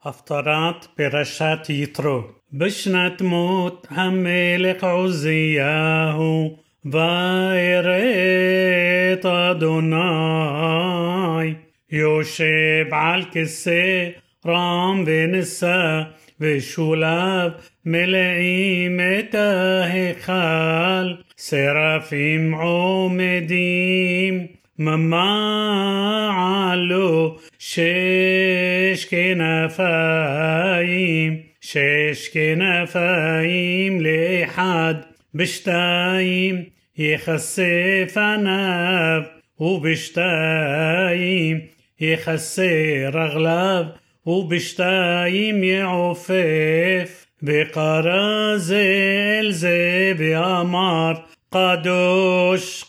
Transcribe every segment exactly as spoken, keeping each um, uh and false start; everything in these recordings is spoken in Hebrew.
הפטרת פרשת יתרו. בשנת מות המלך עוזיהו ויראת אדוני יושב על כיסא רם ונשא ושולב מלאים את ההיכל, שרפים עומדים ממעלו שש כנפיים, שש כנפיים לאחד, בשתיים יכסה פניו ובשתיים יכסה רגליו ובשתיים יעופף. וקרא זה אל זה ואמר קדוש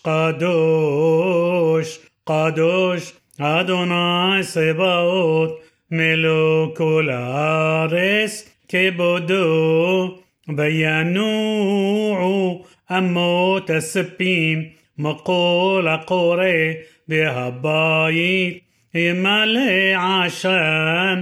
קדוש קדוש אדוני צבאות מלוא כל הארץ כבודו. וינועו אמות הספים מכל הקורא והבית ימלא עשן.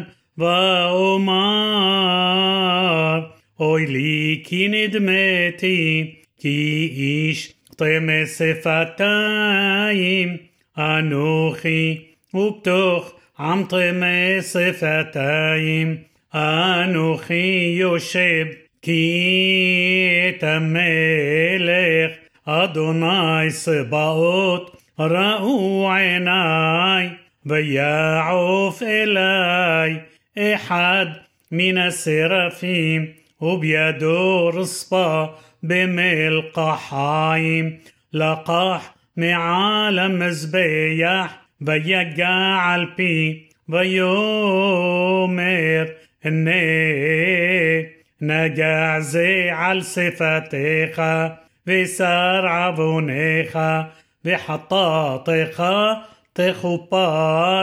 ואומר אוי לי כי נדמתי כי איש טמא שפתיים אנוכי ובתוך עם טמא שפתיים אנוכי יושב. כי את המלך אדוני צבאות ראו עיניי ויעוף אליי אחד מן השרפים ובידו רספה במלקחיים, לקח מעל המזבח ויגע על פי ויאמר הנה נגע זה על שפתיך ושר עוונך וחטאתך תכופר.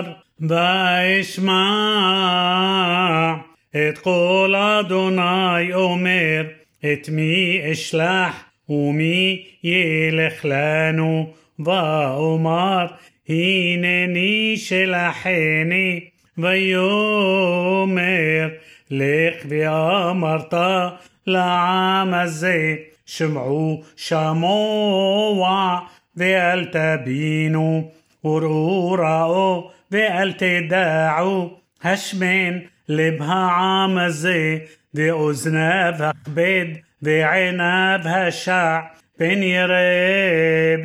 ואשמע את קול אדוני אומר את מי אשלח ומי ילך לנו. ואומר הנני שלחני. ויאמר לך ואמרת לעם הזה שמעו שמוע ואל תבינו וראו ראו ואל תדעו. השמן לב העם הזה ואוזניו הכבד ועיניו השע, פן יראה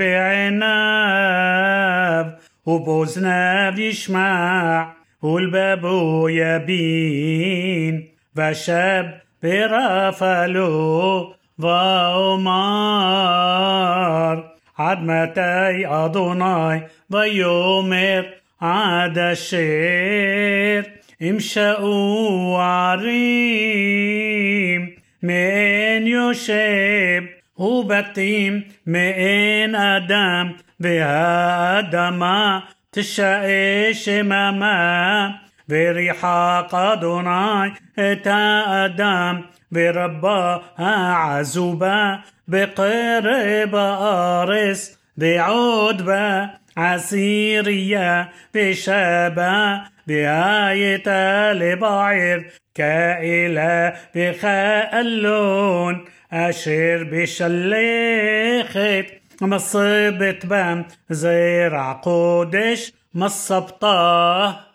בעיניו ובאוזניו ישמע ולבבו יבין. ושב ברפה לו ואומר עד מתי אדוני? ויאמר עד אשר ימשאו ערים מאין יושב ובתים מאין אדם והאדמה תשאה שממה. וריחק אדוני את האדם ורבה העזובה בקרב הארץ ועוד בה עשירייה ושבה והייתה לבער כאלה וכאלון אשר בשלכת מסבת בם זרע קודש מסבתה.